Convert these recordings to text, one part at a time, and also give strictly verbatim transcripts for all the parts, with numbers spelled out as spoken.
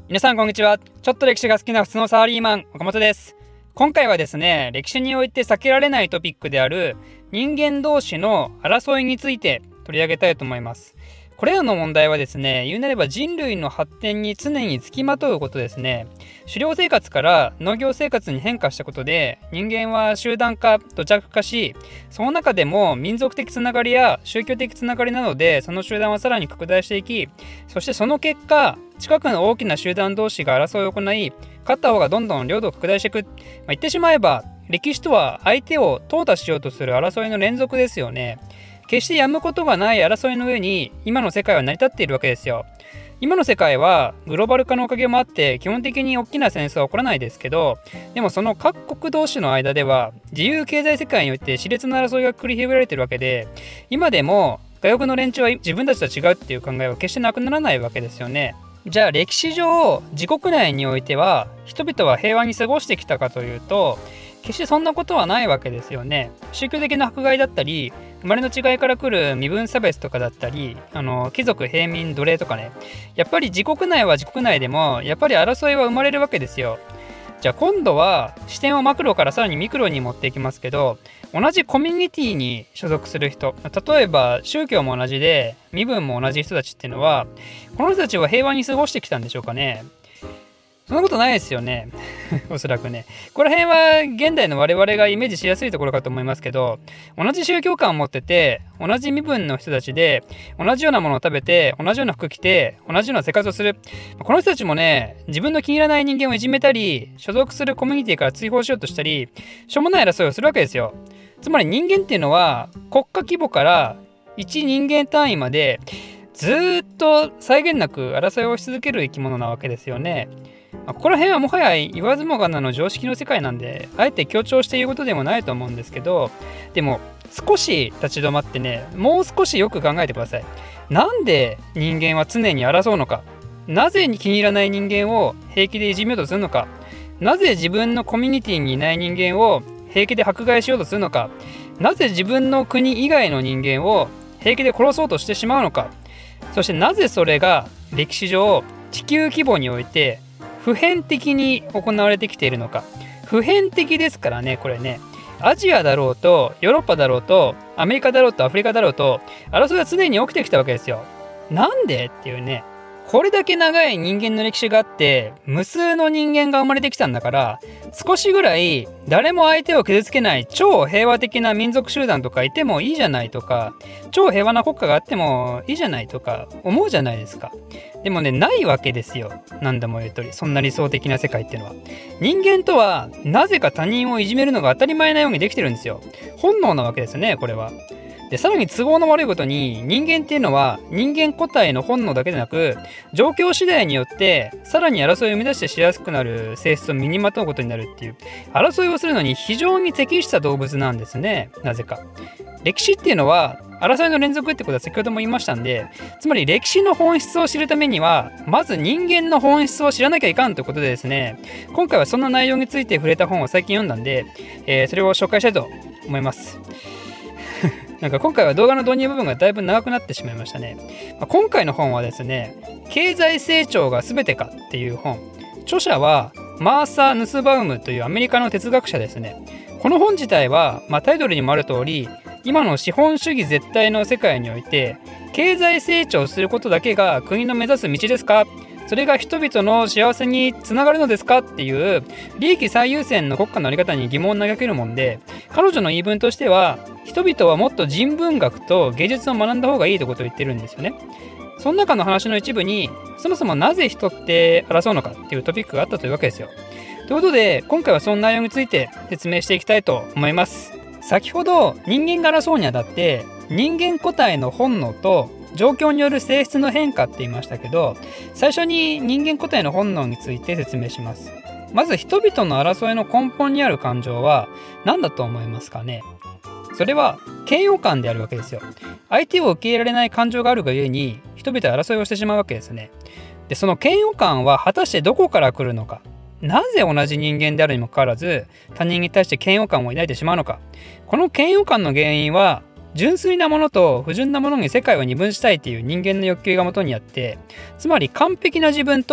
皆さんこんにちは。ちょっと歴史が好きな普通のサラリーマン岡本です。今回はですね、歴史において避けられないトピックである人間同士の争いについて取り上げたいと思います。これらの問題はですね、言うなれば人類の発展に常につきまとうことですね。狩猟生活から農業生活に変化したことで、人間は集団化、土着化し、その中でも民族的つながりや宗教的つながりなどでその集団はさらに拡大していき、そしてその結果、近くの大きな集団同士が争いを行い、勝った方がどんどん領土を拡大していく。まあ、言ってしまえば、歴史とは相手を淘汰しようとする争いの連続ですよね。決してやむことがない争いの上に今の世界は成り立っているわけですよ。今の世界はグローバル化のおかげもあって基本的に大きな戦争は起こらないですけど、でもその各国同士の間では自由経済世界において熾烈な争いが繰り広げられているわけで、今でも外国の連中は自分たちと違うっていう考えは決してなくならないわけですよね。じゃあ歴史上自国内においては人々は平和に過ごしてきたかというと、決してそんなことはないわけですよね。宗教的な迫害だったり、生まれの違いから来る身分差別とかだったり、あの貴族平民奴隷とかね、やっぱり自国内は自国内でもやっぱり争いは生まれるわけですよ。じゃあ今度は視点をマクロからさらにミクロに持っていきますけど、同じコミュニティに所属する人、例えば宗教も同じで身分も同じ人たちっていうのは、この人たちは平和に過ごしてきたんでしょうかね。そんなことないですよねおそらくね。この辺は現代の我々がイメージしやすいところかと思いますけど、同じ宗教観を持ってて、同じ身分の人たちで同じようなものを食べて、同じような服着て、同じような生活をする。この人たちもね、自分の気に入らない人間をいじめたり、所属するコミュニティから追放しようとしたり、しょうもない争いをするわけですよ。つまり人間っていうのは国家規模から一人間単位までずっと際限なく争いをし続ける生き物なわけですよね。ここら辺はもはや言わずもがなの常識の世界なんで、あえて強調して言うことでもないと思うんですけど、でも少し立ち止まってね、もう少しよく考えてください。なんで人間は常に争うのか、なぜ気に入らない人間を平気でいじめようとするのか、なぜ自分のコミュニティにいない人間を平気で迫害しようとするのか、なぜ自分の国以外の人間を平気で殺そうとしてしまうのか、そしてなぜそれが歴史上地球規模において普遍的に行われてきているのか。普遍的ですからね、これね。アジアだろうとヨーロッパだろうとアメリカだろうとアフリカだろうと争いは常に起きてきたわけですよ。なんでっていうね。これだけ長い人間の歴史があって無数の人間が生まれてきたんだから、少しぐらい誰も相手を傷つけない超平和的な民族集団とかいてもいいじゃないとか、超平和な国家があってもいいじゃないとか思うじゃないですか。でもね、ないわけですよ。何度も言う通り、そんな理想的な世界っていうのは、人間とはなぜか他人をいじめるのが当たり前なようにできてるんですよ。本能なわけですね、これは。で、さらに都合の悪いことに、人間っていうのは人間個体の本能だけでなく、状況次第によってさらに争いを生み出してしやすくなる性質を身にまとうことになるっていう、争いをするのに非常に適した動物なんですね。なぜか歴史っていうのは争いの連続ってことは先ほども言いましたんで、つまり歴史の本質を知るためにはまず人間の本質を知らなきゃいかんということでですね、今回はそんな内容について触れた本を最近読んだんで、えー、それを紹介したいと思いますなんか今回は動画の導入部分がだいぶ長くなってしまいましたね。まあ、今回の本はですね、経済成長が全てかっていう本。著者はマーサー・ヌスバウムというアメリカの哲学者ですね。この本自体は、まあ、タイトルにもある通り、今の資本主義絶対の世界において経済成長することだけが国の目指す道ですか、それが人々の幸せにつながるのですかっていう利益最優先の国家のあり方に疑問を投げかけるもんで、彼女の言い分としては人々はもっと人文学と芸術を学んだ方がいいということを言ってるんですよね。その中の話の一部に、そもそもなぜ人って争うのかっていうトピックがあったというわけですよ。ということで今回はその内容について説明していきたいと思います。先ほど人間が争うにあたって人間個体の本能と状況による性質の変化って言いましたけど、最初に人間個体の本能について説明します。まず人々の争いの根本にある感情は何だと思いますかね。それは嫌悪感であるわけですよ。相手を受け入れられない感情があるがゆえに人々は争いをしてしまうわけですね。で、その嫌悪感は果たしてどこから来るのか。なぜ同じ人間であるにもかかわらず他人に対して嫌悪感を抱いてしまうのか。この嫌悪感の原因は純粋なものと不純なものに世界を二分したいという人間の欲求が元にあって、つまり完璧な自分と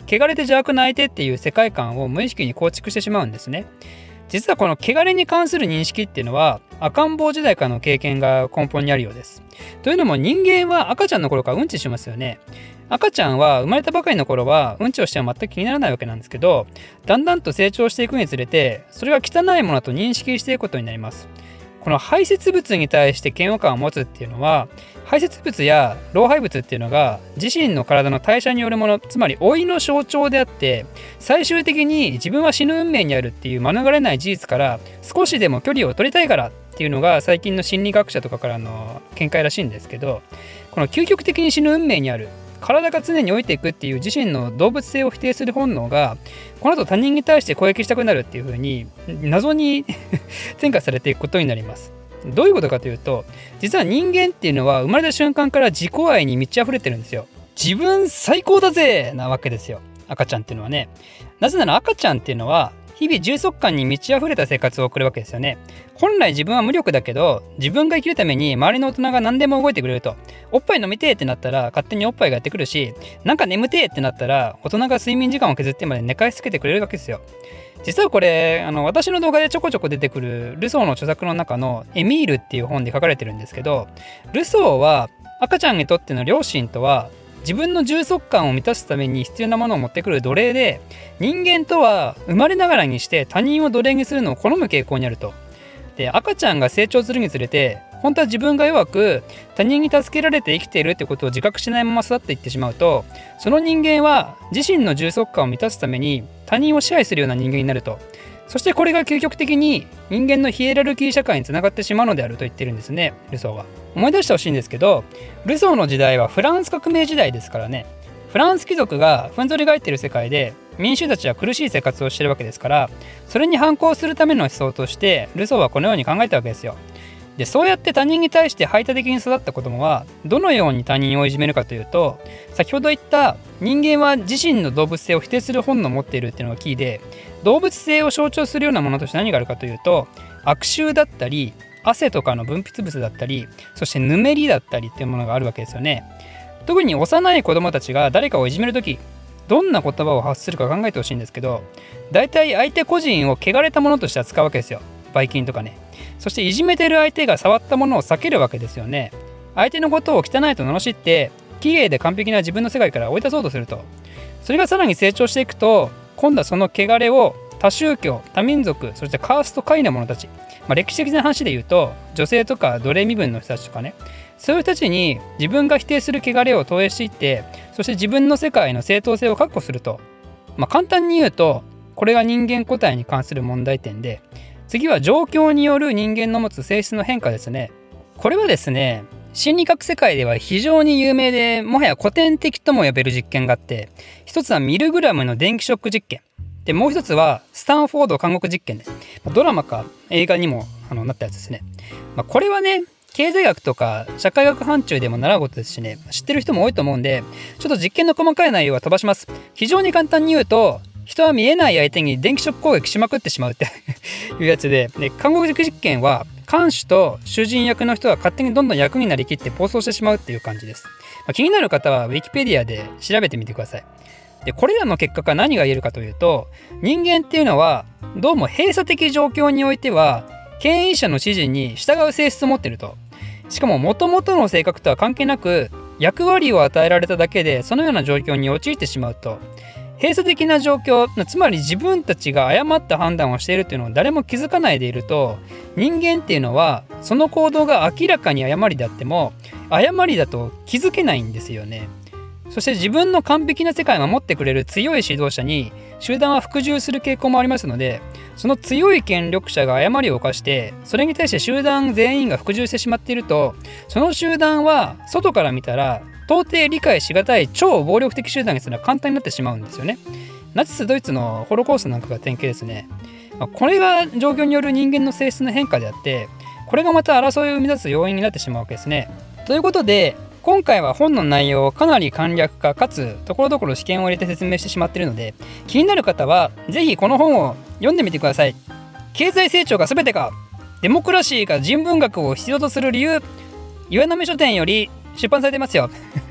汚れて邪悪な相手っていう世界観を無意識に構築してしまうんですね。実はこの汚れに関する認識っていうのは赤ん坊時代からの経験が根本にあるようです。というのも人間は赤ちゃんの頃からうんちしますよね。赤ちゃんは生まれたばかりの頃はうんちをしても全く気にならないわけなんですけど、だんだんと成長していくにつれてそれが汚いものと認識していくことになります。この排泄物に対して嫌悪感を持つっていうのは、排泄物や老廃物っていうのが自身の体の代謝によるもの、つまり老いの象徴であって、最終的に自分は死ぬ運命にあるっていう免れない事実から少しでも距離を取りたいからっていうのが最近の心理学者とかからの見解らしいんですけど、この究極的に死ぬ運命にある、体が常に老いていくっていう自身の動物性を否定する本能がこの後他人に対して攻撃したくなるっていう風に謎に転化されていくことになります。どういうことかというと、実は人間っていうのは生まれた瞬間から自己愛に満ち溢れてるんですよ。自分最高だぜなわけですよ、赤ちゃんっていうのはね。なぜなら赤ちゃんっていうのは日々充足感に満ち溢れた生活を送るわけですよね。本来自分は無力だけど、自分が生きるために周りの大人が何でも動いてくれると。おっぱい飲みてーってなったら勝手におっぱいがやってくるし、なんか眠てーってなったら大人が睡眠時間を削ってまで寝かしつけてくれるわけですよ。実はこれあの私の動画でちょこちょこ出てくるルソーの著作の中のエミールっていう本で書かれてるんですけど、ルソーは赤ちゃんにとっての両親とは自分の充足感を満たすために必要なものを持ってくる奴隷で、人間とは生まれながらにして他人を奴隷にするのを好む傾向にあると。で、赤ちゃんが成長するにつれて本当は自分が弱く他人に助けられて生きているってことを自覚しないまま育っていってしまうと、その人間は自身の充足感を満たすために他人を支配するような人間になると。そしてこれが究極的に人間のヒエラルキー社会につながってしまうのであると言ってるんですね、ルソーは。思い出してほしいんですけど、ルソーの時代はフランス革命時代ですからね。フランス貴族がふんぞり返っている世界で民衆たちは苦しい生活をしているわけですから、それに反抗するための思想としてルソーはこのように考えたわけですよ。で、そうやって他人に対して排他的に育った子供はどのように他人をいじめるかというと、先ほど言った人間は自身の動物性を否定する本能を持っているっていうのがキーで、動物性を象徴するようなものとして何があるかというと、悪臭だったり汗とかの分泌物だったり、そしてぬめりだったりっていうものがあるわけですよね。特に幼い子供たちが誰かをいじめるとき、どんな言葉を発するか考えてほしいんですけど、だいたい相手個人を汚れたものとして扱うわけですよ。ばい菌とかね。そしていじめてる相手が触ったものを避けるわけですよね。相手のことを汚いと罵って綺麗で完璧な自分の世界から追い出そうとすると。それがさらに成長していくと、今度はその汚れを他宗教、多民族、そしてカースト下位の者たち、まあ、歴史的な話で言うと女性とか奴隷身分の人たちとかね、そういう人たちに自分が否定する汚れを投影していって、そして自分の世界の正当性を確保すると。まあ、簡単に言うとこれが人間個体に関する問題点で、次は状況による人間の持つ性質の変化ですね。これはですね、心理学世界では非常に有名で、もはや古典的とも呼べる実験があって、一つはミルグラムの電気ショック実験で、もう一つはスタンフォード監獄実験で、ドラマか映画にもあのなったやつですね。まあ、これはね、経済学とか社会学範疇でも習うことですしね、知ってる人も多いと思うんで、ちょっと実験の細かい内容は飛ばします。非常に簡単に言うと、人は見えない相手に電気ショック攻撃しまくってしまうっていうやつで、で監獄実験は看守と囚人役の人が勝手にどんどん役になりきって暴走してしまうっていう感じです。まあ、気になる方はウィキペディアで調べてみてください。で、これらの結果から何が言えるかというと、人間っていうのはどうも閉鎖的状況においては権威者の指示に従う性質を持っていると。しかも元々の性格とは関係なく役割を与えられただけでそのような状況に陥ってしまうと。閉鎖的な状況、つまり自分たちが誤った判断をしているというのを誰も気づかないでいると、人間っていうのはその行動が明らかに誤りであっても誤りだと気づけないんですよね。そして自分の完璧な世界を守ってくれる強い指導者に集団は服従する傾向もありますので、その強い権力者が誤りを犯してそれに対して集団全員が服従してしまっていると、その集団は外から見たら到底理解しがたい超暴力的集団にするのは簡単になってしまうんですよね。ナチスドイツのホロコーストなんかが典型ですね。まあ、これが状況による人間の性質の変化であって、これがまた争いを生み出す要因になってしまうわけですね。ということで今回は本の内容をかなり簡略化かつところどころ試験を入れて説明してしまっているので、気になる方はぜひこの本を読んでみてください。経済成長が全てか、デモクラシーが人文学を必要とする理由、岩波書店より出版されてますよ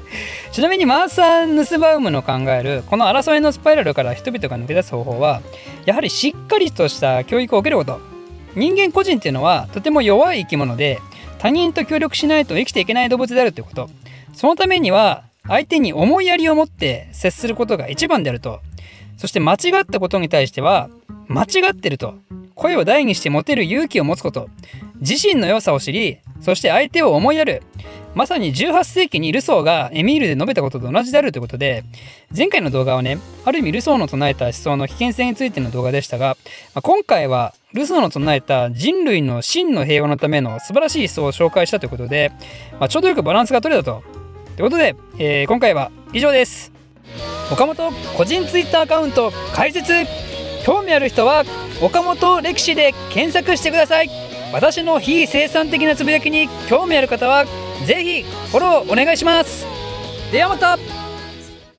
ちなみにマーサー・ヌスバウムの考えるこの争いのスパイラルから人々が抜け出す方法は、やはりしっかりとした教育を受けること。人間個人っていうのはとても弱い生き物で、他人と協力しないと生きていけない動物であるということ。そのためには相手に思いやりを持って接することが一番であると。そして間違ったことに対しては間違ってると声を大にして持てる勇気を持つこと。自身の良さを知り、そして相手を思いやる。まさにじゅうはっせいきにルソーがエミールで述べたことと同じであるということで、前回の動画はね、ある意味ルソーの唱えた思想の危険性についての動画でしたが、まあ、今回はルソーの唱えた人類の真の平和のための素晴らしい思想を紹介したということで、まあ、ちょうどよくバランスが取れたと。ということで、えー、今回は以上です。岡本個人ツイッターアカウント開設。興味ある人は岡本歴史で検索してください。私の非生産的なつぶやきに興味ある方はぜひフォローお願いします。ではまた。